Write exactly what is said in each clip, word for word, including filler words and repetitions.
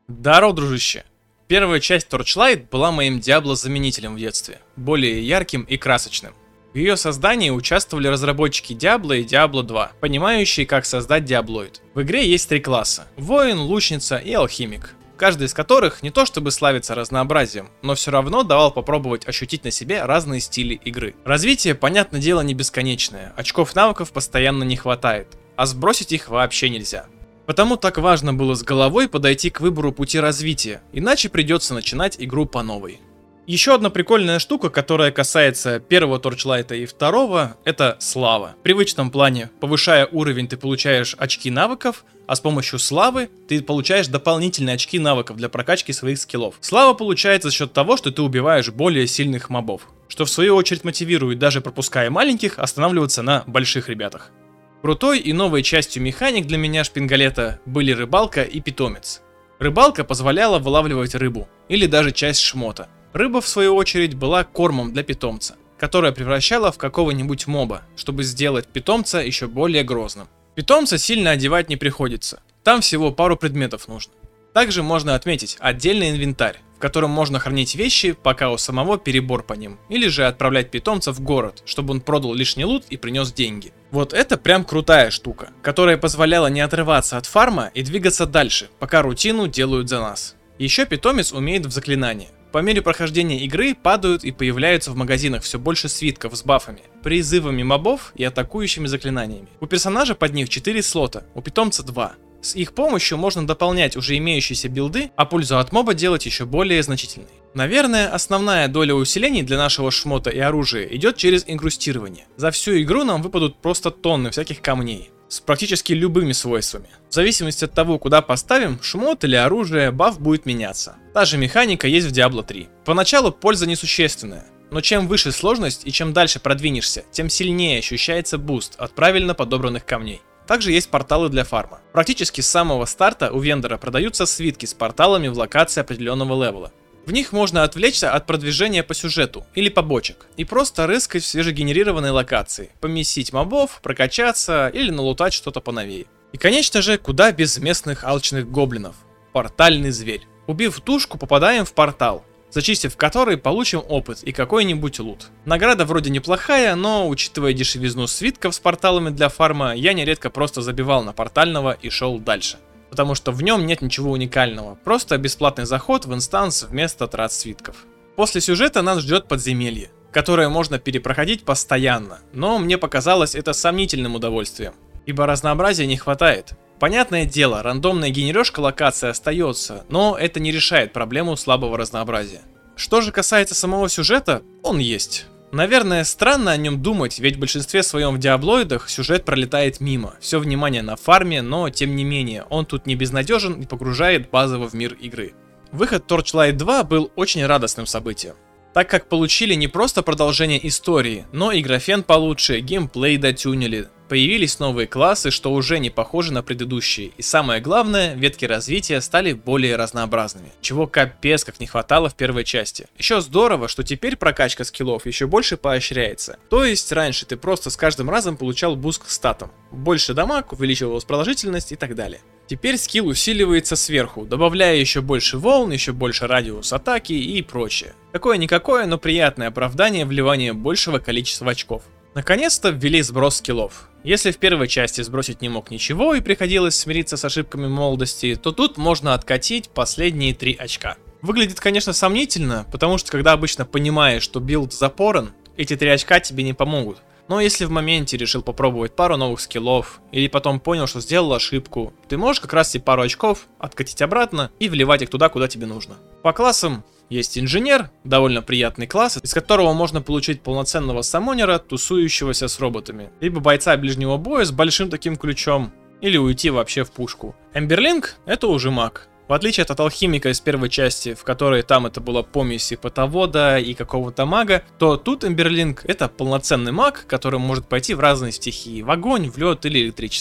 Здорово, дружище! Первая часть Torchlight была моим Diablo-заменителем в детстве, более ярким и красочным. В ее создании участвовали разработчики Diablo и Diablo два, понимающие, как создать диаблоид. В игре есть три класса: воин, лучница и алхимик, каждый из которых не то чтобы славится разнообразием, но все равно давал попробовать ощутить на себе разные стили игры. Развитие, понятное дело, не бесконечное, очков навыков постоянно не хватает, а сбросить их вообще нельзя. Потому так важно было с головой подойти к выбору пути развития, иначе придется начинать игру по новой. Еще одна прикольная штука, которая касается первого Torchlight и второго, это слава. В привычном плане, повышая уровень, ты получаешь очки навыков, а с помощью славы ты получаешь дополнительные очки навыков для прокачки своих скиллов. Слава получается за счет того, что ты убиваешь более сильных мобов, что в свою очередь мотивирует, даже пропуская маленьких, останавливаться на больших ребятах. Крутой и новой частью механик для меня шпингалета были рыбалка и питомец. Рыбалка позволяла вылавливать рыбу, или даже часть шмота. Рыба, в свою очередь, была кормом для питомца, которая превращала в какого-нибудь моба, чтобы сделать питомца еще более грозным. Питомца сильно одевать не приходится, там всего пару предметов нужно. Также можно отметить отдельный инвентарь, в котором можно хранить вещи, пока у самого перебор по ним, или же отправлять питомца в город, чтобы он продал лишний лут и принес деньги. Вот это прям крутая штука, которая позволяла не отрываться от фарма и двигаться дальше, пока рутину делают за нас. Еще питомец умеет в заклинания. По мере прохождения игры падают и появляются в магазинах все больше свитков с бафами, призывами мобов и атакующими заклинаниями. У персонажа под них четыре слота, у питомца два. С их помощью можно дополнять уже имеющиеся билды, а пользу от моба делать еще более значительной. Наверное, основная доля усилений для нашего шмота и оружия идет через инкрустирование. За всю игру нам выпадут просто тонны всяких камней, с практически любыми свойствами. В зависимости от того, куда поставим шмот или оружие, баф будет меняться. Та же механика есть в Diablo три. Поначалу польза несущественная, но чем выше сложность и чем дальше продвинешься, тем сильнее ощущается буст от правильно подобранных камней. Также есть порталы для фарма. Практически с самого старта у вендора продаются свитки с порталами в локации определенного левела. В них можно отвлечься от продвижения по сюжету или побочек и просто рыскать в свежегенерированной локации, помесить мобов, прокачаться или налутать что-то поновее. И конечно же, куда без местных алчных гоблинов. Портальный зверь. Убив тушку, попадаем в портал, зачистив который получим опыт и какой-нибудь лут. Награда вроде неплохая, но учитывая дешевизну свитков с порталами для фарма, я нередко просто забивал на портального и шел дальше. Потому что в нем нет ничего уникального, просто бесплатный заход в инстанс вместо трат свитков. После сюжета нас ждет подземелье, которое можно перепроходить постоянно, но мне показалось это сомнительным удовольствием, ибо разнообразия не хватает. Понятное дело, рандомная генережка локации остается, но это не решает проблему слабого разнообразия. Что же касается самого сюжета, он есть. Наверное, странно о нем думать, ведь в большинстве своем в диаблоидах сюжет пролетает мимо, все внимание на фарме, но тем не менее, он тут не безнадежен и погружает базово в мир игры. Выход Torchlight два был очень радостным событием, так как получили не просто продолжение истории, но и графен получше, геймплей дотюнили, появились новые классы, что уже не похожи на предыдущие, и самое главное, ветки развития стали более разнообразными, чего капец как не хватало в первой части. Еще здорово, что теперь прокачка скиллов еще больше поощряется, то есть раньше ты просто с каждым разом получал буст к статам, больше дамаг, увеличивалась продолжительность и так далее. Теперь скилл усиливается сверху, добавляя еще больше волн, еще больше радиус атаки и прочее. Какое-никакое, но приятное оправдание вливания большего количества очков. Наконец-то ввели сброс скиллов. Если в первой части сбросить не мог ничего и приходилось смириться с ошибками молодости, то тут можно откатить последние три очка. Выглядит, конечно, сомнительно, потому что когда обычно понимаешь, что билд запоран, эти три очка тебе не помогут. Но если в моменте решил попробовать пару новых скиллов, или потом понял, что сделал ошибку, ты можешь как раз эти пару очков откатить обратно и вливать их туда, куда тебе нужно. По классам есть инженер, довольно приятный класс, из которого можно получить полноценного саммонера, тусующегося с роботами, либо бойца ближнего боя с большим таким ключом, или уйти вообще в пушку. Эмберлинг — это уже маг. В отличие от алхимика из первой части, в которой там это была помесь и потовода, и какого-то мага, то тут Эмберлинг — это полноценный маг, который может пойти в разные стихии, в огонь, в лед или электричество.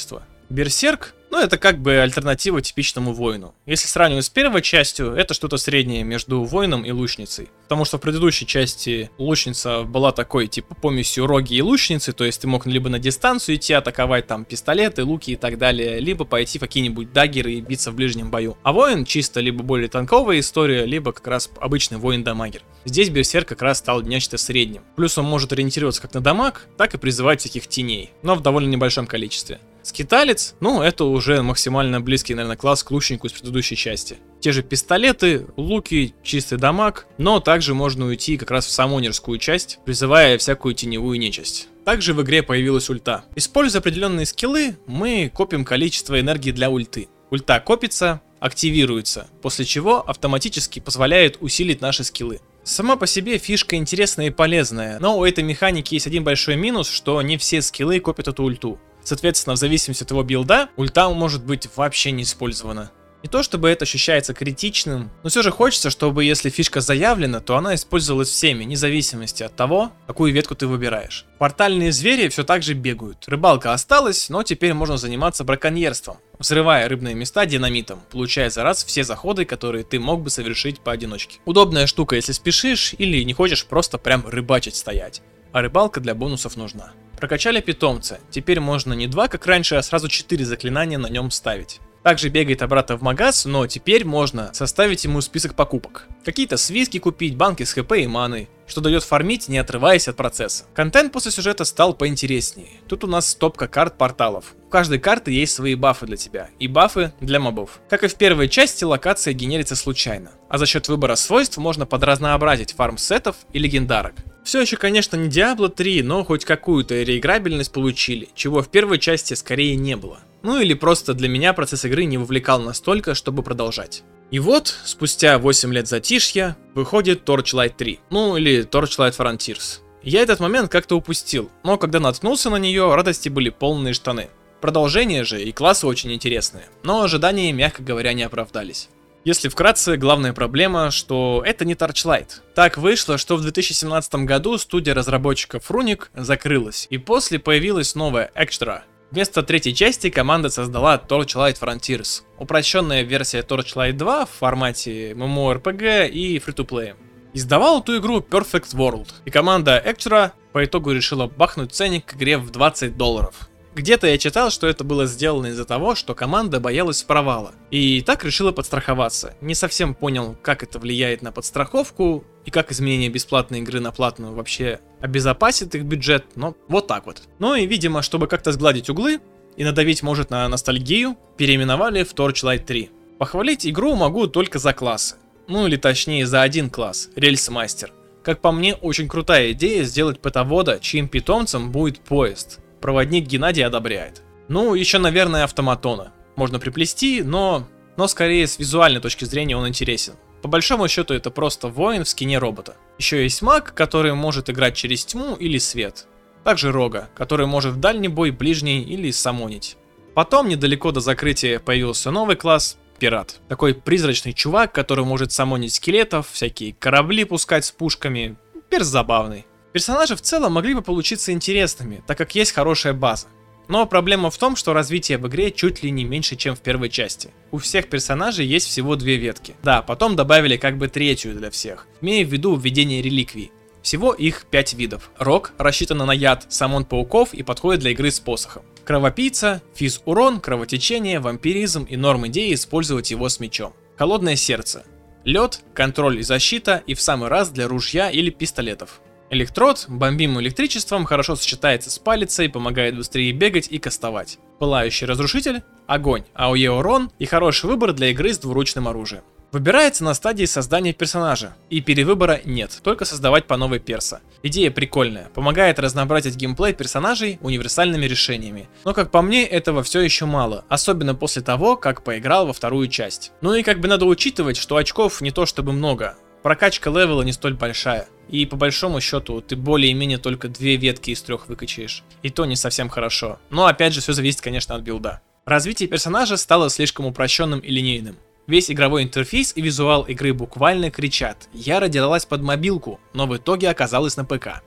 Берсерк, ну это как бы альтернатива типичному воину. Если сравнивать с первой частью, это что-то среднее между воином и лучницей. Потому что в предыдущей части лучница была такой, типа, помесью роги и лучницы, то есть ты мог либо на дистанцию идти, атаковать там пистолеты, луки и так далее, либо пойти в какие-нибудь даггеры и биться в ближнем бою. А воин чисто либо более танковая история, либо как раз обычный воин-дамагер. Здесь берсерк как раз стал нечто средним. Плюс он может ориентироваться как на дамаг, так и призывать всяких теней, но в довольно небольшом количестве. Скиталец, ну это уже максимально близкий, наверное, класс к лучнику из предыдущей части. Те же пистолеты, луки, чистый дамаг, но также можно уйти как раз в самонерскую часть, призывая всякую теневую нечисть. Также в игре появилась ульта. Используя определенные скиллы, мы копим количество энергии для ульты. Ульта копится, активируется, после чего автоматически позволяет усилить наши скиллы. Сама по себе фишка интересная и полезная, но у этой механики есть один большой минус, что не все скиллы копят эту ульту. Соответственно, в зависимости от его билда, ульта может быть вообще не использована. Не то чтобы это ощущается критичным, но все же хочется, чтобы если фишка заявлена, то она использовалась всеми, вне зависимости от того, какую ветку ты выбираешь. Портальные звери все так же бегают. Рыбалка осталась, но теперь можно заниматься браконьерством, взрывая рыбные места динамитом, получая за раз все заходы, которые ты мог бы совершить поодиночке. Удобная штука, если спешишь или не хочешь просто прям рыбачить стоять. А рыбалка для бонусов нужна. Прокачали питомца, теперь можно не два, как раньше, а сразу четыре заклинания на нем ставить. Также бегает обратно в магаз, но теперь можно составить ему список покупок. Какие-то свитки купить, банки с хп и маной, что дает фармить, не отрываясь от процесса. Контент после сюжета стал поинтереснее. Тут у нас стопка карт порталов. У каждой карты есть свои бафы для тебя и бафы для мобов. Как и в первой части, локация генерится случайно, а за счет выбора свойств можно подразнообразить фарм сетов и легендарок. Все еще, конечно, не Диабло три, но хоть какую-то реиграбельность получили, чего в первой части скорее не было. Ну или просто для меня процесс игры не вовлекал настолько, чтобы продолжать. И вот, спустя восемь лет затишья, выходит Torchlight три, ну или Torchlight Frontiers. Я этот момент как-то упустил, но когда наткнулся на нее, радости были полные штаны. Продолжение же и классы очень интересные, но ожидания, мягко говоря, не оправдались. Если вкратце, главная проблема, что это не Torchlight. Так вышло, что в две тысячи семнадцатом году студия разработчиков Runic закрылась, и после появилась новая Extra. Вместо третьей части команда создала Torchlight Frontiers, упрощенная версия Torchlight два в формате MMORPG и Free-to-Play. Издавал эту игру Perfect World, и команда Extra по итогу решила бахнуть ценник к игре в двадцать долларов. Где-то я читал, что это было сделано из-за того, что команда боялась провала. И так решила подстраховаться. Не совсем понял, как это влияет на подстраховку и как изменение бесплатной игры на платную вообще обезопасит их бюджет, но вот так вот. Ну и видимо, чтобы как-то сгладить углы и надавить может на ностальгию, переименовали в Torchlight три. Похвалить игру могу только за классы. Ну или точнее за один класс, Рельсмастер. Как по мне, очень крутая идея сделать пэтовода, чьим питомцем будет поезд. Проводник Геннадий одобряет. Ну, еще, наверное, автоматона. Можно приплести, но... но скорее с визуальной точки зрения он интересен. По большому счету это просто воин в скине робота. Еще есть маг, который может играть через тьму или свет. Также Рога, который может в дальний бой, ближний или самонить. Потом, недалеко до закрытия, появился новый класс — Пират. Такой призрачный чувак, который может самонить скелетов, всякие корабли пускать с пушками. Перс забавный. Персонажи в целом могли бы получиться интересными, так как есть хорошая база. Но проблема в том, что развитие в игре чуть ли не меньше, чем в первой части. У всех персонажей есть всего две ветки. Да, потом добавили как бы третью для всех, имея в виду введение реликвий. Всего их пять видов. Рог рассчитана на яд, самон пауков и подходит для игры с посохом. Кровопийца, физ-урон, кровотечение, вампиризм и норм идеи использовать его с мечом. Холодное сердце. Лед, контроль и защита и в самый раз для ружья или пистолетов. Электрод, бомбим электричеством, хорошо сочетается с палицей, помогает быстрее бегать и кастовать. Пылающий разрушитель, огонь, АОЕ урон и хороший выбор для игры с двуручным оружием. Выбирается на стадии создания персонажа, и перевыбора нет, только создавать по новой перса. Идея прикольная, помогает разнообразить геймплей персонажей универсальными решениями. Но как по мне, этого все еще мало, особенно после того, как поиграл во вторую часть. Ну и как бы надо учитывать, что очков не то чтобы много. Прокачка левела не столь большая, и по большому счету ты более-менее только две ветки из трех выкачаешь, и то не совсем хорошо, но опять же все зависит, конечно, от билда. Развитие персонажа стало слишком упрощенным и линейным. Весь игровой интерфейс и визуал игры буквально кричат: я родилась под мобилку, но в итоге оказалась на ПК.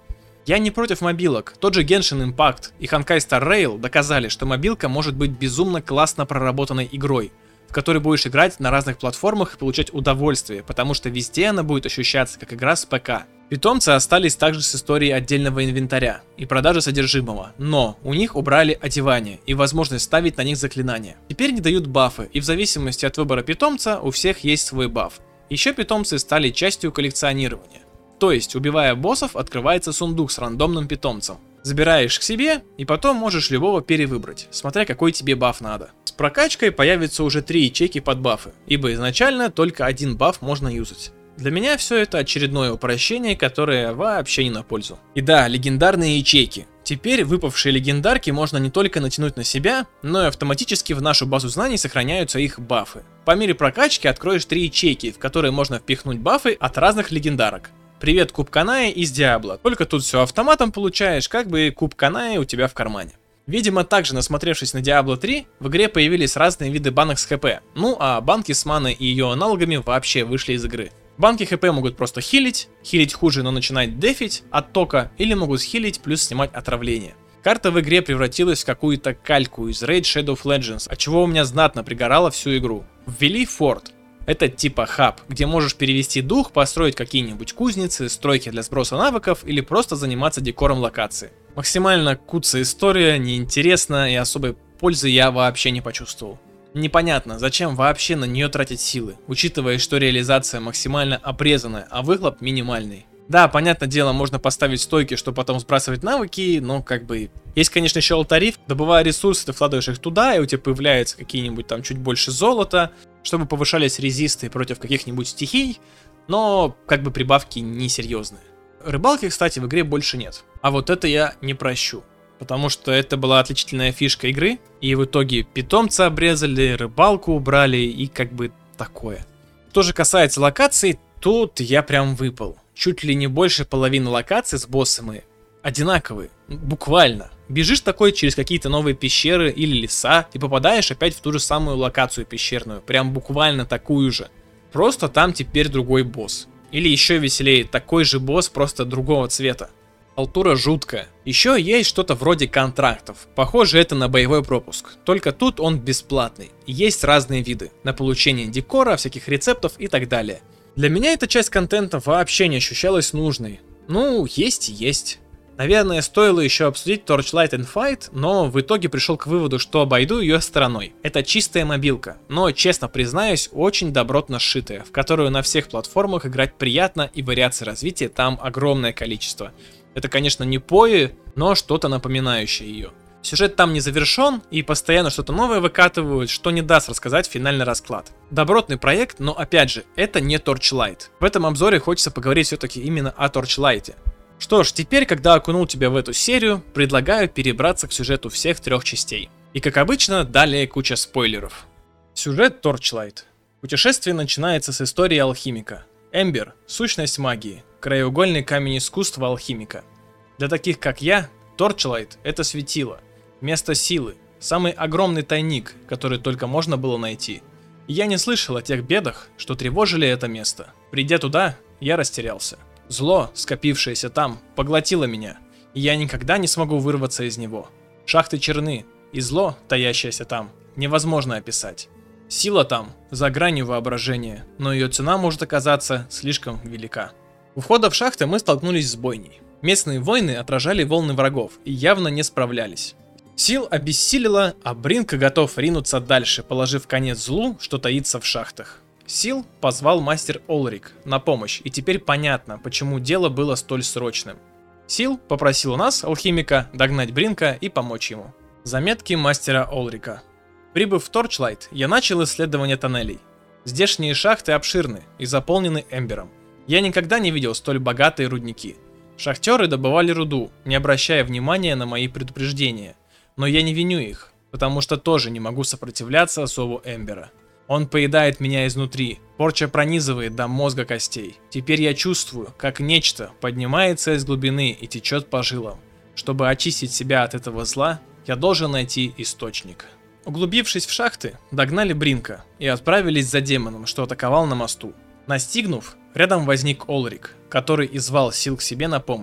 Я не против мобилок, тот же Genshin Impact и Honkai Star Rail доказали, что мобилка может быть безумно классно проработанной игрой, в которой будешь играть на разных платформах и получать удовольствие, потому что везде она будет ощущаться как игра с ПК. Питомцы остались также с историей отдельного инвентаря и продажи содержимого, но у них убрали одевание и возможность ставить на них заклинания. Теперь не дают бафы, и в зависимости от выбора питомца у всех есть свой баф. Еще питомцы стали частью коллекционирования. То есть, убивая боссов, открывается сундук с рандомным питомцем. Забираешь к себе, и потом можешь любого перевыбрать, смотря какой тебе баф надо. С прокачкой появится уже три ячейки под бафы, ибо изначально только один баф можно юзать. Для меня все это очередное упрощение, которое вообще не на пользу. И да, легендарные ячейки. Теперь выпавшие легендарки можно не только натянуть на себя, но и автоматически в нашу базу знаний сохраняются их бафы. По мере прокачки откроешь три ячейки, в которые можно впихнуть бафы от разных легендарок. Привет, куб Канаи из Диабло. Только тут все автоматом получаешь, как бы куб Канаи у тебя в кармане. Видимо, также насмотревшись на Диабло три, в игре появились разные виды банок с ХП. Ну а банки с маной и ее аналогами вообще вышли из игры. Банки ХП могут просто хилить, хилить хуже, но начинать дефить от тока, или могут хилить плюс снимать отравление. Карта в игре превратилась в какую-то кальку из Raid Shadow of Legends, от чего у меня знатно пригорало всю игру. Ввели форт. Это типа хаб, где можешь перевести дух, построить какие-нибудь кузницы, стройки для сброса навыков или просто заниматься декором локации. Максимально куцая история, неинтересна и особой пользы я вообще не почувствовал. Непонятно, зачем вообще на нее тратить силы, учитывая, что реализация максимально обрезанная, а выхлоп минимальный. Да, понятное дело, можно поставить стойки, чтобы потом сбрасывать навыки, но как бы... Есть, конечно, еще алтариф, добывая ресурсы, ты вкладываешь их туда, и у тебя появляется какие-нибудь там чуть больше золота, чтобы повышались резисты против каких-нибудь стихий, но как бы прибавки несерьезные. Рыбалки, кстати, в игре больше нет, а вот это я не прощу. Потому что это была отличительная фишка игры, и в итоге питомца обрезали, рыбалку убрали и как бы такое. Что же касается локаций, тут я прям выпал. Чуть ли не больше половины локаций с боссами одинаковые, буквально. Бежишь такой через какие-то новые пещеры или леса и попадаешь опять в ту же самую локацию пещерную, прям буквально такую же. Просто там теперь другой босс. Или еще веселее, такой же босс, просто другого цвета. Халтура жуткая. Еще есть что-то вроде контрактов. Похоже, это на боевой пропуск. Только тут он бесплатный. Есть разные виды. На получение декора, всяких рецептов и так далее. Для меня эта часть контента вообще не ощущалась нужной. Ну, есть и есть. Наверное, стоило еще обсудить Torchlight and Fight, но в итоге пришел к выводу, что обойду ее стороной. Это чистая мобилка, но, честно признаюсь, очень добротно сшитая, в которую на всех платформах играть приятно и вариаций развития там огромное количество. Это, конечно, не пои, но что-то напоминающее ее. Сюжет там не завершен, и постоянно что-то новое выкатывают, что не даст рассказать финальный расклад. Добротный проект, но опять же, это не Torchlight. В этом обзоре хочется поговорить все-таки именно о Torchlight. Что ж, теперь, когда окунул тебя в эту серию, предлагаю перебраться к сюжету всех трех частей. И как обычно, далее куча спойлеров. Сюжет Torchlight. Путешествие начинается с истории алхимика. Эмбер – сущность магии, краеугольный камень искусства алхимика. Для таких как я, Torchlight – это светило, место силы, самый огромный тайник, который только можно было найти. И я не слышал о тех бедах, что тревожили это место. Придя туда, я растерялся. Зло, скопившееся там, поглотило меня, и я никогда не смогу вырваться из него. Шахты черны, и зло, таящееся там, невозможно описать. Сила там, за гранью воображения, но ее цена может оказаться слишком велика. У входа в шахты мы столкнулись с бойней. Местные воины отражали волны врагов и явно не справлялись. Сил обессилила, а Бринка готов ринуться дальше, положив конец злу, что таится в шахтах. Сил позвал мастер Олрик на помощь, и теперь понятно, почему дело было столь срочным. Сил попросил нас, алхимика, догнать Бринка и помочь ему. Заметки мастера Олрика. Прибыв в Torchlight, я начал исследование тоннелей. Здешние шахты обширны и заполнены эмбером. Я никогда не видел столь богатые рудники. Шахтеры добывали руду, не обращая внимания на мои предупреждения. Но я не виню их, потому что тоже не могу сопротивляться зову эмбера. Он поедает меня изнутри, порча пронизывает до мозга костей. Теперь я чувствую, как нечто поднимается из глубины и течет по жилам. Чтобы очистить себя от этого зла, я должен найти источник. Углубившись в шахты, догнали Бринка и отправились за демоном, что атаковал на мосту. Настигнув, рядом возник Олрик, который и звал Сил к себе на помощь.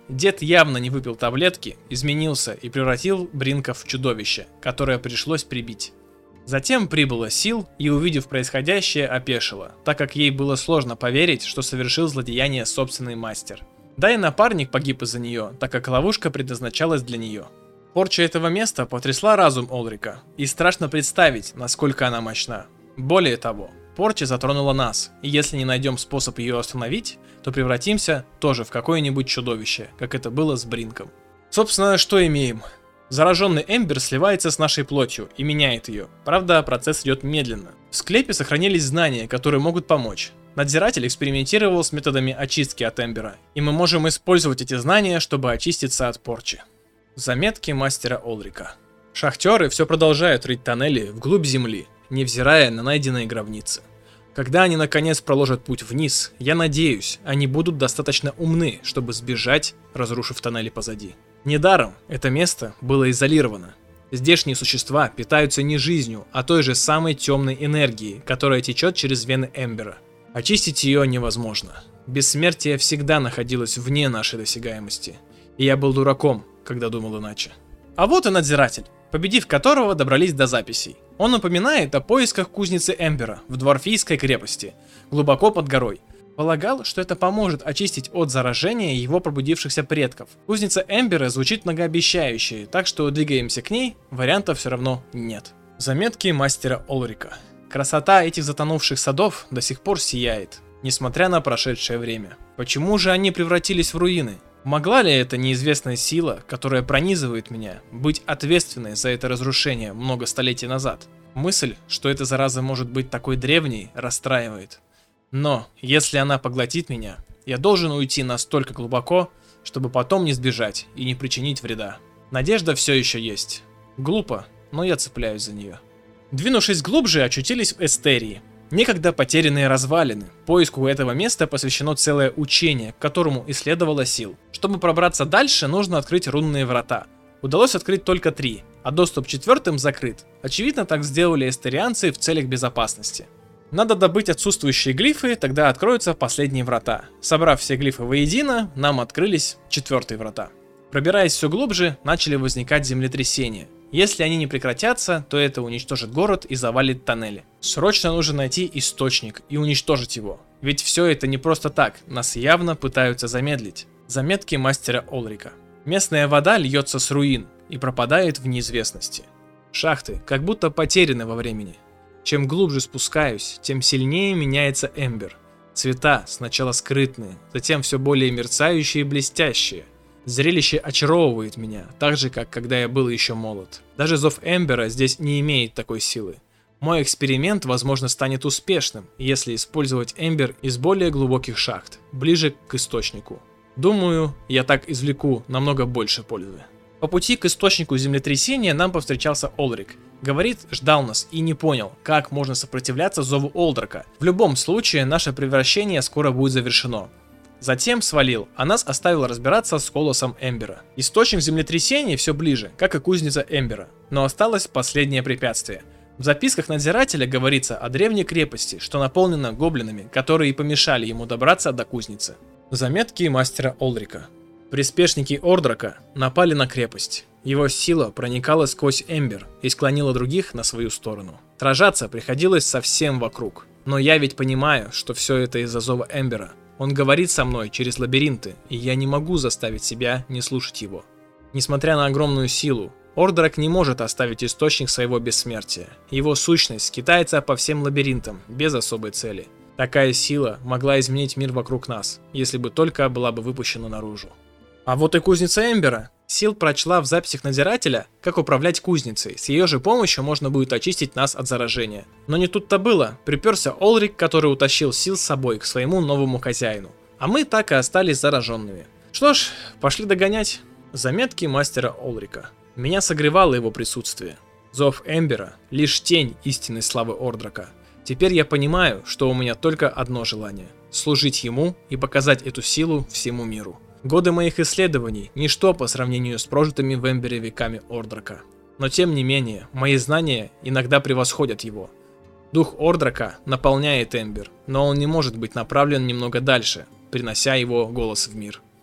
Дед явно не выпил таблетки, изменился и превратил Бринка в чудовище, которое пришлось прибить. Затем прибыла Сил и, увидев происходящее, опешила, так как ей было сложно поверить, что совершил злодеяние собственный мастер. Да и напарник погиб из-за нее, так как ловушка предназначалась для нее. Порча этого места потрясла разум Олрика, и страшно представить, насколько она мощна. Более того, порча затронула нас, и если не найдем способ ее остановить, то превратимся тоже в какое-нибудь чудовище, как это было с Бринком. Собственно, что имеем? Зараженный Эмбер сливается с нашей плотью и меняет ее, правда, процесс идет медленно. В склепе сохранились знания, которые могут помочь. Надзиратель экспериментировал с методами очистки от Эмбера, и мы можем использовать эти знания, чтобы очиститься от порчи. Заметки мастера Олрика. Шахтеры все продолжают рыть тоннели вглубь земли, невзирая на найденные гробницы. Когда они наконец проложат путь вниз, я надеюсь, они будут достаточно умны, чтобы сбежать, разрушив тоннели позади. Недаром это место было изолировано. Здешние существа питаются не жизнью, а той же самой темной энергией, которая течет через вены Эмбера. Очистить ее невозможно. Бессмертие всегда находилось вне нашей досягаемости. И я был дураком, когда думал иначе. А вот и надзиратель, победив которого добрались до записей. Он напоминает о поисках кузницы Эмбера в Дварфийской крепости, глубоко под горой. Полагал, что это поможет очистить от заражения его пробудившихся предков. Кузница Эмбера звучит многообещающе, так что двигаемся к ней, вариантов все равно нет. Заметки мастера Олрика. Красота этих затонувших садов до сих пор сияет, несмотря на прошедшее время. Почему же они превратились в руины? Могла ли эта неизвестная сила, которая пронизывает меня, быть ответственной за это разрушение много столетий назад? Мысль, что эта зараза может быть такой древней, расстраивает. Но, если она поглотит меня, я должен уйти настолько глубоко, чтобы потом не сбежать и не причинить вреда. Надежда все еще есть. Глупо, но я цепляюсь за нее. Двинувшись глубже, очутились в Эстерии. Некогда потерянные развалины. Поиску этого места посвящено целое учение, к которому исследовала Сил. Чтобы пробраться дальше, нужно открыть рунные врата. Удалось открыть только три, а доступ к четвертым закрыт. Очевидно, так сделали эстерианцы в целях безопасности. Надо добыть отсутствующие глифы, тогда откроются последние врата. Собрав все глифы воедино, нам открылись четвертые врата. Пробираясь все глубже, начали возникать землетрясения. Если они не прекратятся, то это уничтожит город и завалит тоннели. Срочно нужно найти источник и уничтожить его. Ведь все это не просто так, нас явно пытаются замедлить. Заметки мастера Олрика. Местная вода льется с руин и пропадает в неизвестности. Шахты как будто потеряны во времени. Чем глубже спускаюсь, тем сильнее меняется Эмбер. Цвета сначала скрытные, затем все более мерцающие и блестящие. Зрелище очаровывает меня, так же, как когда я был еще молод. Даже зов Эмбера здесь не имеет такой силы. Мой эксперимент, возможно, станет успешным, если использовать Эмбер из более глубоких шахт, ближе к источнику. Думаю, я так извлеку намного больше пользы. По пути к источнику землетрясения нам повстречался Олрик. Говорит, ждал нас и не понял, как можно сопротивляться зову Олдрака. В любом случае, наше превращение скоро будет завершено. Затем свалил, а нас оставил разбираться с колоссом Эмбера. Источник землетрясений все ближе, как и кузница Эмбера. Но осталось последнее препятствие. В записках надзирателя говорится о древней крепости, что наполнена гоблинами, которые и помешали ему добраться до кузницы. Заметки мастера Олрика. Приспешники Ордрака напали на крепость. Его сила проникала сквозь Эмбер и склонила других на свою сторону. Сражаться приходилось совсем вокруг. Но я ведь понимаю, что все это из-за зова Эмбера. Он говорит со мной через лабиринты, и я не могу заставить себя не слушать его. Несмотря на огромную силу, Ордрак не может оставить источник своего бессмертия. Его сущность скитается по всем лабиринтам, без особой цели. Такая сила могла изменить мир вокруг нас, если бы только была бы выпущена наружу. А вот и кузница Эмбера. Сил прочла в записях надзирателя, как управлять кузницей. С ее же помощью можно будет очистить нас от заражения. Но не тут-то было. Приперся Олрик, который утащил Сил с собой к своему новому хозяину. А мы так и остались зараженными. Что ж, пошли догонять. Заметки мастера Олрика. Меня согревало его присутствие. Зов Эмбера — лишь тень истинной славы Ордрака. Теперь я понимаю, что у меня только одно желание — служить ему и показать эту силу всему миру. Годы моих исследований – ничто по сравнению с прожитыми в Эмбере веками Ордрака. Но тем не менее, мои знания иногда превосходят его. Дух Ордрака наполняет Эмбер, но он не может быть направлен немного дальше, принося его голос в мир.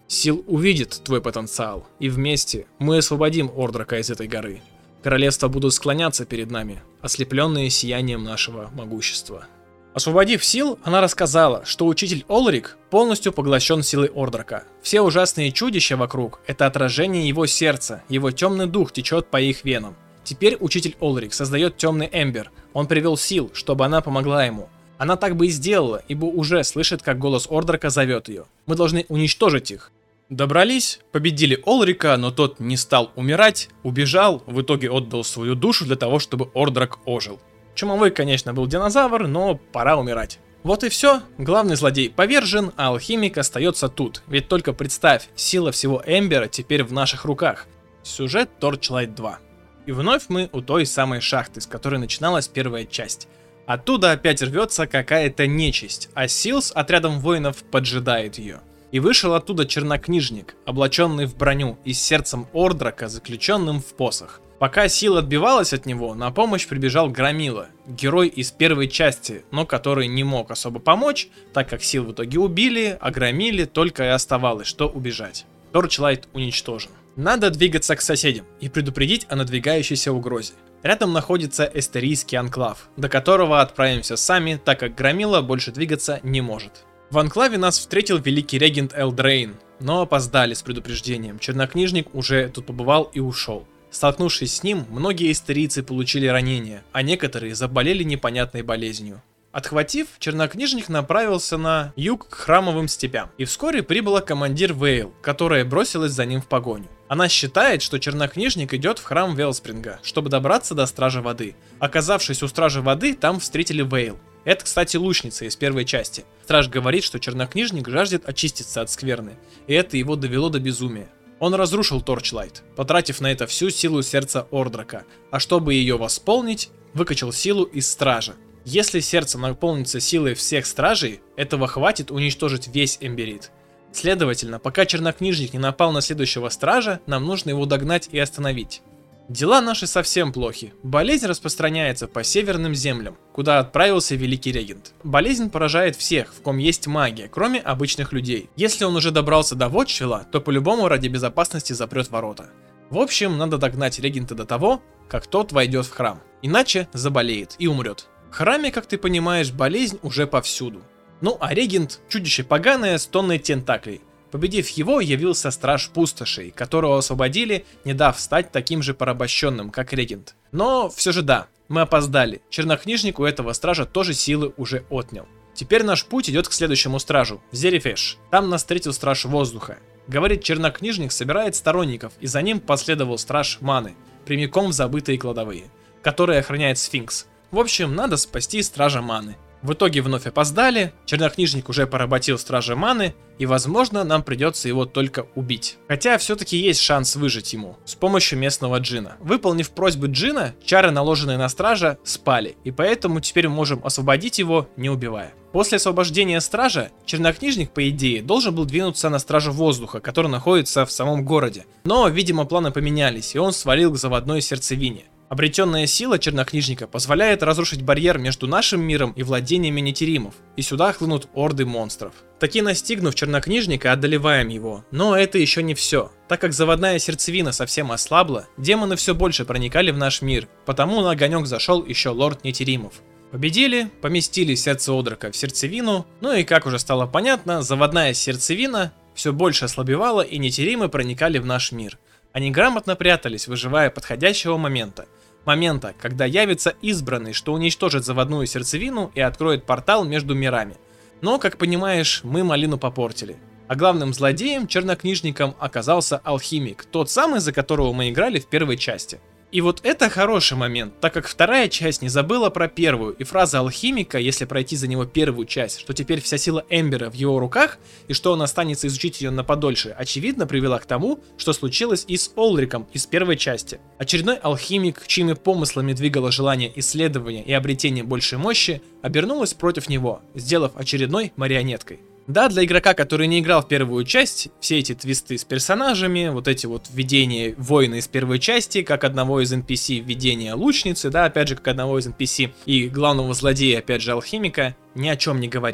Сил увидит твой потенциал, и вместе мы освободим Ордрака из этой горы. Королевства будут склоняться перед нами, ослепленные сиянием нашего могущества. Освободив Сил, она рассказала, что учитель Олрик полностью поглощен силой Ордрака. Все ужасные чудища вокруг – это отражение его сердца, его темный дух течет по их венам. Теперь учитель Олрик создает темный Эмбер, он привел Сил, чтобы она помогла ему. Она так бы и сделала, ибо уже слышит, как голос Ордрака зовет ее. Мы должны уничтожить их. Добрались, победили Олрика, но тот не стал умирать, убежал, в итоге отдал свою душу для того, чтобы Ордрак ожил. Чумовой, конечно, был динозавр, но пора умирать. Вот и все, главный злодей повержен, а алхимик остается тут. Ведь только представь, сила всего Эмбера теперь в наших руках. Сюжет Torchlight два. И вновь мы у той самой шахты, с которой начиналась первая часть. Оттуда опять рвется какая-то нечисть, а Сил с отрядом воинов поджидает ее. И вышел оттуда чернокнижник, облаченный в броню и с сердцем Ордрака, заключенным в посох. Пока Сил отбивалась от него, на помощь прибежал Громила, герой из первой части, но который не мог особо помочь, так как Сил в итоге убили, а Громиле только и оставалось, что убежать. Torchlight уничтожен. Надо двигаться к соседям и предупредить о надвигающейся угрозе. Рядом находится Эстерийский анклав, до которого отправимся сами, так как Громила больше двигаться не может. В анклаве нас встретил великий регент Элдрейн, но опоздали с предупреждением, чернокнижник уже тут побывал и ушел. Столкнувшись с ним, многие эстерийцы получили ранения, а некоторые заболели непонятной болезнью. Отхватив, чернокнижник направился на юг к храмовым степям, и вскоре прибыла командир Вейл, которая бросилась за ним в погоню. Она считает, что чернокнижник идет в храм Велспринга, чтобы добраться до Стражи Воды. Оказавшись у Стражи Воды, там встретили Вейл. Это, кстати, лучница из первой части. Страж говорит, что чернокнижник жаждет очиститься от скверны, и это его довело до безумия. Он разрушил Torchlight, потратив на это всю силу сердца Ордрака, а чтобы ее восполнить, выкачал силу из Стража. Если сердце наполнится силой всех стражей, этого хватит уничтожить весь Эмберит. Следовательно, пока чернокнижник не напал на следующего стража, нам нужно его догнать и остановить. Дела наши совсем плохи. Болезнь распространяется по северным землям, куда отправился великий регент. Болезнь поражает всех, в ком есть магия, кроме обычных людей. Если он уже добрался до Вотчвилла, то по-любому ради безопасности запрет ворота. В общем, надо догнать регента до того, как тот войдет в храм. Иначе заболеет и умрет. В храме, как ты понимаешь, болезнь уже повсюду. Ну а регент – чудище поганое с тонной тентаклей. Победив его, явился страж пустошей, которого освободили, не дав стать таким же порабощенным, как регент. Но все же да, мы опоздали. Чернокнижник у этого стража тоже силы уже отнял. Теперь наш путь идет к следующему стражу – Зерифеш. Там нас встретил страж воздуха. Говорит, чернокнижник собирает сторонников, и за ним последовал страж маны, прямиком в забытые кладовые, которые охраняет сфинкс. В общем, надо спасти стража маны. В итоге вновь опоздали, чернокнижник уже поработил стража маны, и возможно нам придется его только убить. Хотя все-таки есть шанс выжить ему, с помощью местного джина. Выполнив просьбу джина, чары, наложенные на стража, спали, и поэтому теперь мы можем освободить его, не убивая. После освобождения стража, чернокнижник, по идее, должен был двинуться на стражу воздуха, который находится в самом городе. Но, видимо, планы поменялись, и он свалил к заводной сердцевине. Обретенная сила чернокнижника позволяет разрушить барьер между нашим миром и владениями нетеримов, и сюда хлынут орды монстров. Таки настигнув чернокнижника, одолеваем его, но это еще не все. Так как заводная сердцевина совсем ослабла, демоны все больше проникали в наш мир, потому на огонек зашел еще лорд нетеримов. Победили, поместили сердце Ордрака в сердцевину, ну и как уже стало понятно, заводная сердцевина все больше ослабевала, и нетеримы проникали в наш мир. Они грамотно прятались, выживая подходящего момента. Момента, когда явится избранный, что уничтожит заводную сердцевину и откроет портал между мирами. Но, как понимаешь, мы малину попортили. А главным злодеем, чернокнижником, оказался алхимик, тот самый, за которого мы играли в первой части. И вот это хороший момент, так как вторая часть не забыла про первую, и фраза алхимика, если пройти за него первую часть, что теперь вся сила Эмбера в его руках, и что он останется изучить ее на подольше, очевидно привела к тому, что случилось и с Олриком из первой части. Очередной алхимик, чьими помыслами двигало желание исследования и обретения большей мощи, обернулась против него, сделав очередной марионеткой. Да, для игрока, который не играл в первую часть, все эти твисты с персонажами, вот эти вот введения воина из первой части, как одного из эн пи си, введение лучницы, да, опять же, как одного из эн пи си, и главного злодея, опять же, алхимика, ни о чем не говорит.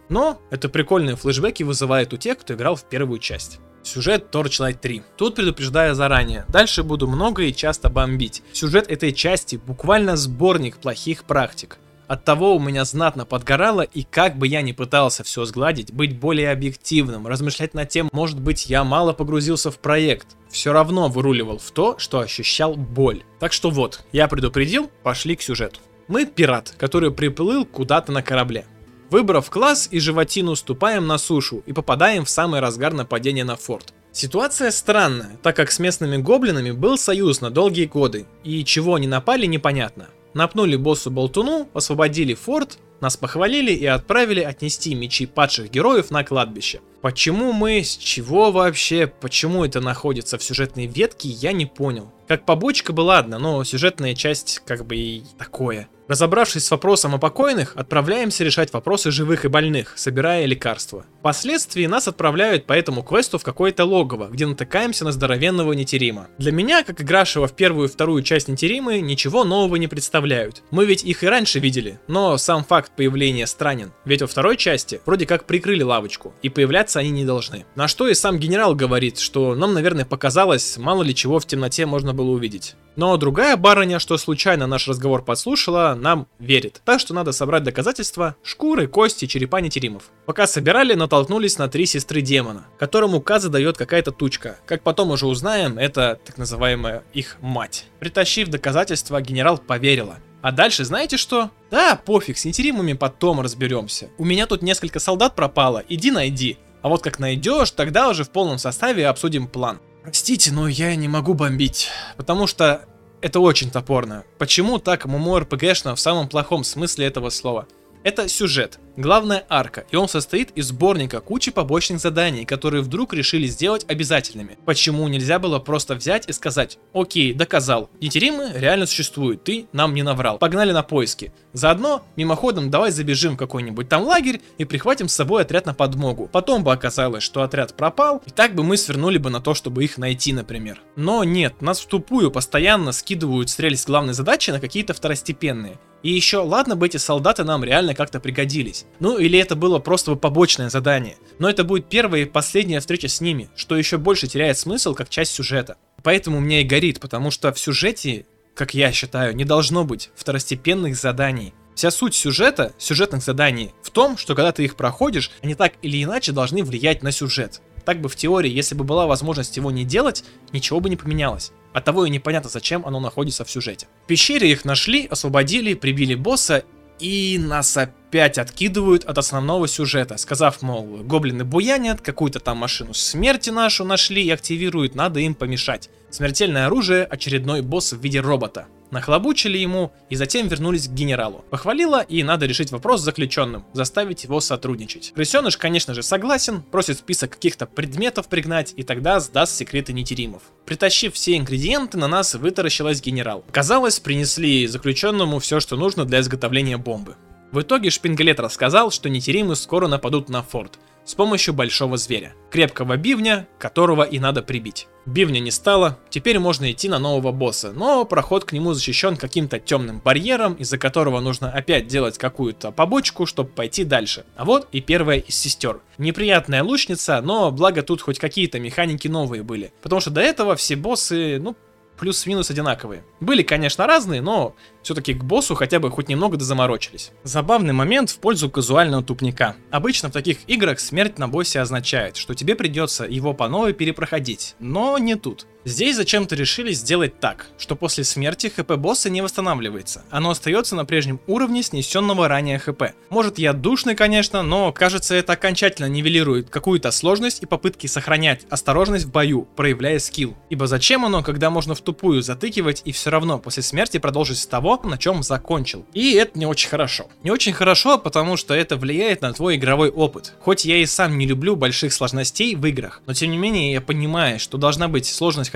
Но это прикольные флешбеки вызывает у тех, кто играл в первую часть. Сюжет Torchlight три. Тут предупреждаю заранее, дальше буду много и часто бомбить. Сюжет этой части буквально сборник плохих практик. Оттого у меня знатно подгорало, и как бы я ни пытался все сгладить, быть более объективным, размышлять над тем, может быть, я мало погрузился в проект, все равно выруливал в то, что ощущал боль. Так что вот, я предупредил, пошли к сюжету. Мы пират, который приплыл куда-то на корабле. Выбрав класс и животину, ступаем на сушу и попадаем в самый разгар нападения на форт. Ситуация странная, так как с местными гоблинами был союз на долгие годы, и чего они напали, непонятно. Напнули боссу-болтуну, освободили форт, нас похвалили и отправили отнести мечи падших героев на кладбище. Почему мы, с чего вообще, почему это находится в сюжетной ветке, я не понял. Как побочка бы ладно, но сюжетная часть как бы и такое. Разобравшись с вопросом о покойных, отправляемся решать вопросы живых и больных, собирая лекарства. Впоследствии нас отправляют по этому квесту в какое-то логово, где натыкаемся на здоровенного Нетерима. Для меня, как игравшего в первую и вторую часть Нетеримы, ничего нового не представляют. Мы ведь их и раньше видели, но сам факт появления странен, ведь во второй части вроде как прикрыли лавочку, и появляться они не должны. На что и сам генерал говорит, что нам, наверное, показалось, мало ли чего в темноте можно было увидеть. Но другая барыня, что случайно наш разговор подслушала, нам верит. Так что надо собрать доказательства: шкуры, кости, черепа Нетеримов. Пока собирали, натолкнулись на три сестры демона, которым указ дает какая-то тучка. Как потом уже узнаем, это так называемая их мать. Притащив доказательства, генерал поверила. А дальше знаете что? Да, пофиг, с Нетеримами потом разберемся. У меня тут несколько солдат пропало, иди найди. А вот как найдешь, тогда уже в полном составе обсудим план. Простите, но я не могу бомбить, потому что это очень топорно. Почему так MMORPG-шно в самом плохом смысле этого слова? Это сюжет, главная арка, и он состоит из сборника кучи побочных заданий, которые вдруг решили сделать обязательными. Почему нельзя было просто взять и сказать: окей, доказал, Нетеримы реально существуют, ты нам не наврал, погнали на поиски. Заодно, мимоходом, давай забежим в какой-нибудь там лагерь и прихватим с собой отряд на подмогу. Потом бы оказалось, что отряд пропал, и так бы мы свернули бы на то, чтобы их найти, например. Но нет, нас в тупую постоянно скидывают с рельс главной задачи на какие-то второстепенные. И еще, ладно бы эти солдаты нам реально как-то пригодились. Ну или это было просто побочное задание. Но это будет первая и последняя встреча с ними, что еще больше теряет смысл как часть сюжета. Поэтому мне и горит, потому что в сюжете, как я считаю, не должно быть второстепенных заданий. Вся суть сюжета, сюжетных заданий, в том, что когда ты их проходишь, они так или иначе должны влиять на сюжет. Так бы в теории, если бы была возможность его не делать, ничего бы не поменялось. Оттого и непонятно, зачем оно находится в сюжете. В пещере их нашли, освободили, прибили босса, и нас опять откидывают от основного сюжета, сказав, мол, гоблины буянят, какую-то там машину смерти нашу нашли и активируют, надо им помешать. Смертельное оружие, очередной босс в виде робота. Нахлобучили ему и затем вернулись к генералу. Похвалила, и надо решить вопрос с заключенным, заставить его сотрудничать. Крысеныш, конечно же, согласен, просит список каких-то предметов пригнать, и тогда сдаст секреты Нетеримов. Притащив все ингредиенты, на нас вытаращилась генерал. Казалось, принесли заключенному все, что нужно для изготовления бомбы. В итоге Шпингалет рассказал, что Нетеримы скоро нападут на форт с помощью большого зверя, крепкого бивня, которого и надо прибить. Бивня не стало, теперь можно идти на нового босса, но проход к нему защищен каким-то темным барьером, из-за которого нужно опять делать какую-то побочку, чтобы пойти дальше. А вот и первая из сестер. Неприятная лучница, но благо тут хоть какие-то механики новые были, потому что до этого все боссы, ну, плюс-минус одинаковые. Были, конечно, разные, но все-таки к боссу хотя бы хоть немного дозаморочились. Забавный момент в пользу казуального тупника. Обычно в таких играх смерть на боссе означает, что тебе придется его по новой перепроходить, но не тут. Здесь зачем-то решили сделать так, что после смерти хп босса не восстанавливается, оно остается на прежнем уровне снесенного ранее хп. Может, я душный, конечно, но кажется, это окончательно нивелирует какую-то сложность и попытки сохранять осторожность в бою, проявляя скилл. Ибо зачем оно, когда можно в тупую затыкивать и все равно после смерти продолжить с того, на чем закончил. И это не очень хорошо. Не очень хорошо, потому что это влияет на твой игровой опыт. Хоть я и сам не люблю больших сложностей в играх, но тем не менее я понимаю, что должна быть сложность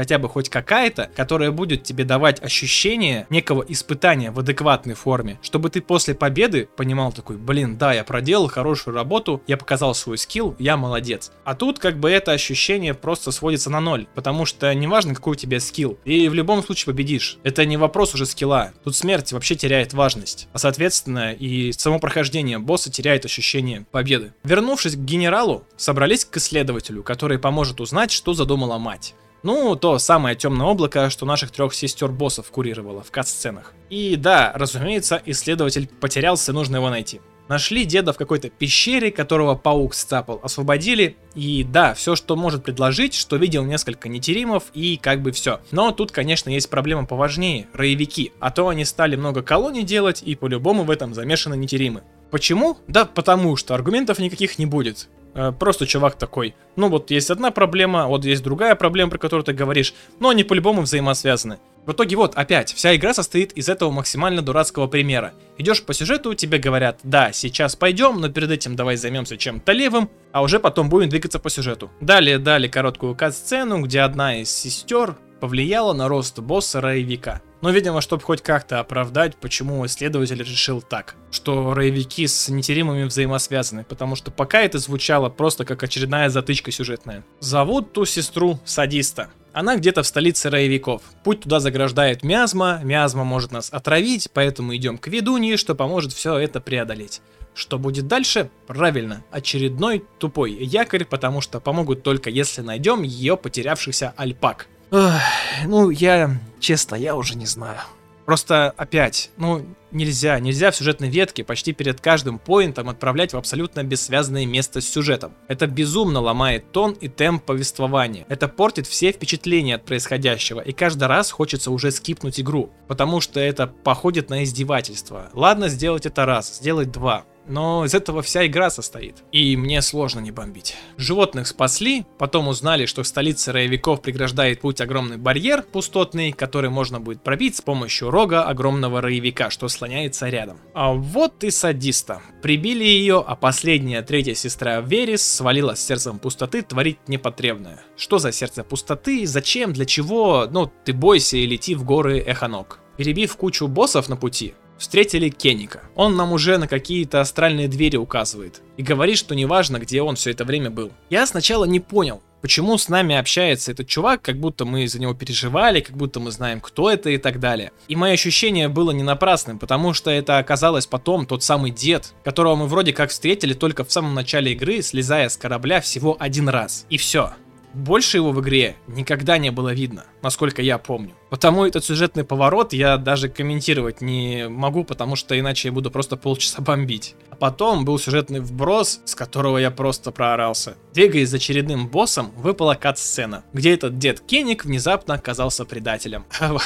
хотя бы хоть какая-то, которая будет тебе давать ощущение некого испытания в адекватной форме, чтобы ты после победы понимал такой: блин, да, я проделал хорошую работу, я показал свой скилл, я молодец. А тут как бы это ощущение просто сводится на ноль, потому что неважно, какой у тебя скилл, и в любом случае победишь. Это не вопрос уже скилла, тут смерть вообще теряет важность, а соответственно и само прохождение босса теряет ощущение победы. Вернувшись к генералу, собрались к исследователю, который поможет узнать, что задумала мать. Ну, то самое темное облако, что наших трех сестер-боссов курировало в кат-сценах. И да, разумеется, исследователь потерялся, нужно его найти. Нашли деда в какой-то пещере, которого паук сцапал, освободили. И да, все, что может предложить, что видел несколько нетеримов и как бы все. Но тут, конечно, есть проблема поважнее – роевики. А то они стали много колоний делать, и по-любому в этом замешаны нетеримы. Почему? Да потому что аргументов никаких не будет. Просто чувак такой: ну вот есть одна проблема, вот есть другая проблема, про которую ты говоришь, но они по-любому взаимосвязаны. В итоге вот опять, вся игра состоит из этого максимально дурацкого примера. Идешь по сюжету, тебе говорят: да, сейчас пойдем, но перед этим давай займемся чем-то левым, а уже потом будем двигаться по сюжету. Далее дали короткую кат-сцену, где одна из сестер повлияла на рост босса роевика. Но, видимо, чтобы хоть как-то оправдать, почему исследователь решил так, что роевики с нетеримами взаимосвязаны, потому что пока это звучало просто как очередная затычка сюжетная. Зовут ту сестру Садиста. Она где-то в столице роевиков. Путь туда заграждает миазма, миазма может нас отравить, поэтому идем к ведуньи, что поможет все это преодолеть. Что будет дальше? Правильно, очередной тупой якорь, потому что помогут только если найдем ее потерявшихся альпак. Ох, ну, я, честно, я уже не знаю. Просто опять, ну, нельзя, нельзя в сюжетной ветке почти перед каждым поинтом отправлять в абсолютно бессвязное место с сюжетом. Это безумно ломает тон и темп повествования. Это портит все впечатления от происходящего, и каждый раз хочется уже скипнуть игру, потому что это походит на издевательство. Ладно сделать это раз, сделать два. Но из этого вся игра состоит. И мне сложно не бомбить. Животных спасли, потом узнали, что в столице роевиков преграждает путь огромный барьер пустотный, который можно будет пробить с помощью рога огромного роевика, что слоняется рядом. А вот и Садиста. Прибили ее, а последняя, третья сестра Верис свалила с сердцем пустоты творить непотребное. Что за сердце пустоты? Зачем? Для чего? Ну, ты бойся и лети в горы Эханок. Перебив кучу боссов на пути, встретили Кенника. Он нам уже на какие-то астральные двери указывает и говорит, что неважно, где он все это время был. Я сначала не понял, почему с нами общается этот чувак, как будто мы за него переживали, как будто мы знаем, кто это и так далее. И мое ощущение было не напрасным, потому что это оказалось потом тот самый дед, которого мы вроде как встретили только в самом начале игры, слезая с корабля всего один раз. И все. Больше его в игре никогда не было видно, насколько я помню. Потому этот сюжетный поворот я даже комментировать не могу, потому что иначе я буду просто полчаса бомбить. А потом был сюжетный вброс, с которого я просто проорался. Двигаясь за очередным боссом, выпала кат-сцена, где этот дед Кенник внезапно оказался предателем.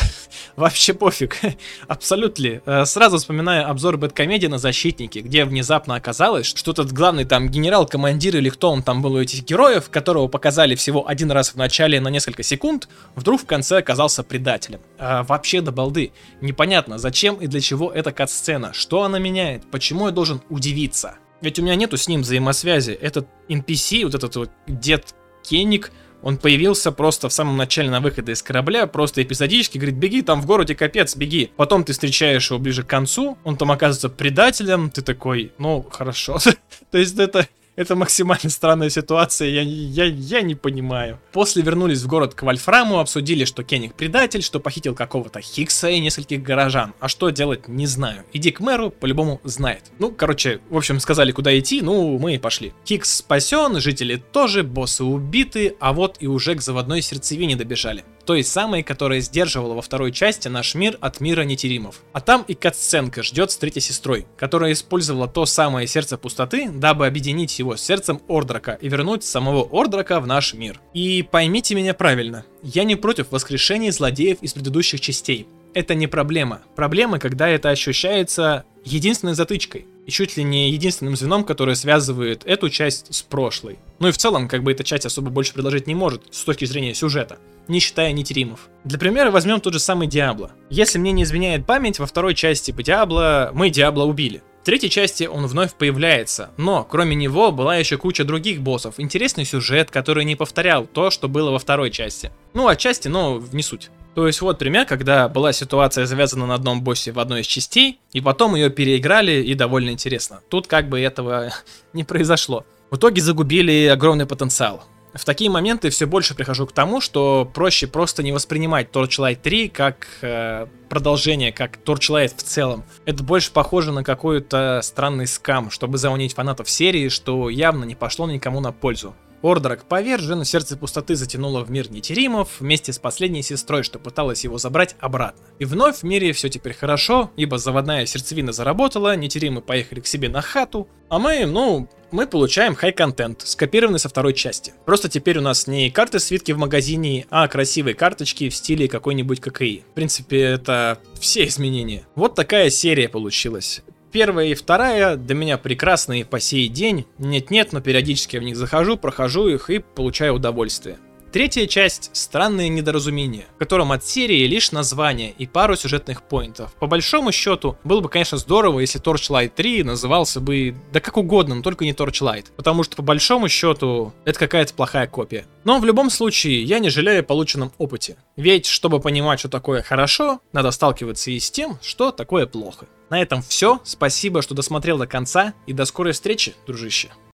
Вообще пофиг. Абсолютно. Сразу вспоминаю обзор Бэдкомедии на Защитники, где внезапно оказалось, что этот главный там генерал-командир или кто он там был у этих героев, которого показали всего один раз в начале на несколько секунд, вдруг в конце оказался предателем. А, вообще до балды. Непонятно, зачем и для чего эта кат-сцена, что она меняет, почему я должен удивиться. Ведь у меня нету с ним взаимосвязи. Этот эн пи си, вот этот вот дед Кенник, он появился просто в самом начале на выходе из корабля, просто эпизодически говорит: беги, там в городе капец, беги. Потом ты встречаешь его ближе к концу, он там оказывается предателем, ты такой: ну хорошо. То есть это... Это максимально странная ситуация, я, я, я не понимаю. После вернулись в город к Вольфраму, обсудили, что Кенник предатель, что похитил какого-то Хикса и нескольких горожан. А что делать, не знаю. Иди к мэру, по-любому знает. Ну, короче, в общем, сказали, куда идти, ну, мы и пошли. Хикс спасен, жители тоже, боссы убиты, а вот и уже к заводной сердцевине добежали. Той самой, которая сдерживала во второй части наш мир от мира нетеримов. А там и катсценка ждет с третьей сестрой, которая использовала то самое сердце пустоты, дабы объединить его с сердцем Ордрака и вернуть самого Ордрака в наш мир. И поймите меня правильно, я не против воскрешения злодеев из предыдущих частей. Это не проблема. Проблема, когда это ощущается единственной затычкой. И чуть ли не единственным звеном, которое связывает эту часть с прошлой. Ну и в целом, как бы эта часть особо больше предложить не может, с точки зрения сюжета, не считая нетеримов. Для примера возьмем тот же самый Диабло. Если мне не изменяет память, во второй части по Диабло мы Диабло убили. В третьей части он вновь появляется, но кроме него была еще куча других боссов, интересный сюжет, который не повторял то, что было во второй части. Ну, отчасти, но не суть. То есть вот пример, когда была ситуация завязана на одном боссе в одной из частей, и потом ее переиграли, и довольно интересно. Тут как бы этого не произошло. В итоге загубили огромный потенциал. В такие моменты все больше прихожу к тому, что проще просто не воспринимать Torchlight три как э, продолжение, как Torchlight в целом. Это больше похоже на какой-то странный скам, чтобы заманить фанатов серии, что явно не пошло никому на пользу. Ордрак повержен, сердце пустоты затянуло в мир Нетеримов вместе с последней сестрой, что пыталась его забрать обратно. И вновь в мире все теперь хорошо, ибо заводная сердцевина заработала, Нетеримы поехали к себе на хату, а мы, ну, мы получаем хай-контент, скопированный со второй части. Просто теперь у нас не карты-свитки в магазине, а красивые карточки в стиле какой-нибудь ККИ. В принципе, это все изменения. Вот такая серия получилась. Первая и вторая для меня прекрасные по сей день. Нет-нет, но периодически я в них захожу, прохожу их и получаю удовольствие. Третья часть — странные недоразумения, в котором от серии лишь название и пару сюжетных поинтов. По большому счету, было бы, конечно, здорово, если Torchlight три назывался бы да как угодно, но только не Torchlight. Потому что, по большому счету, это какая-то плохая копия. Но в любом случае, я не жалею о полученном опыте. Ведь, чтобы понимать, что такое хорошо, надо сталкиваться и с тем, что такое плохо. На этом все. Спасибо, что досмотрел до конца, и до скорой встречи, дружище.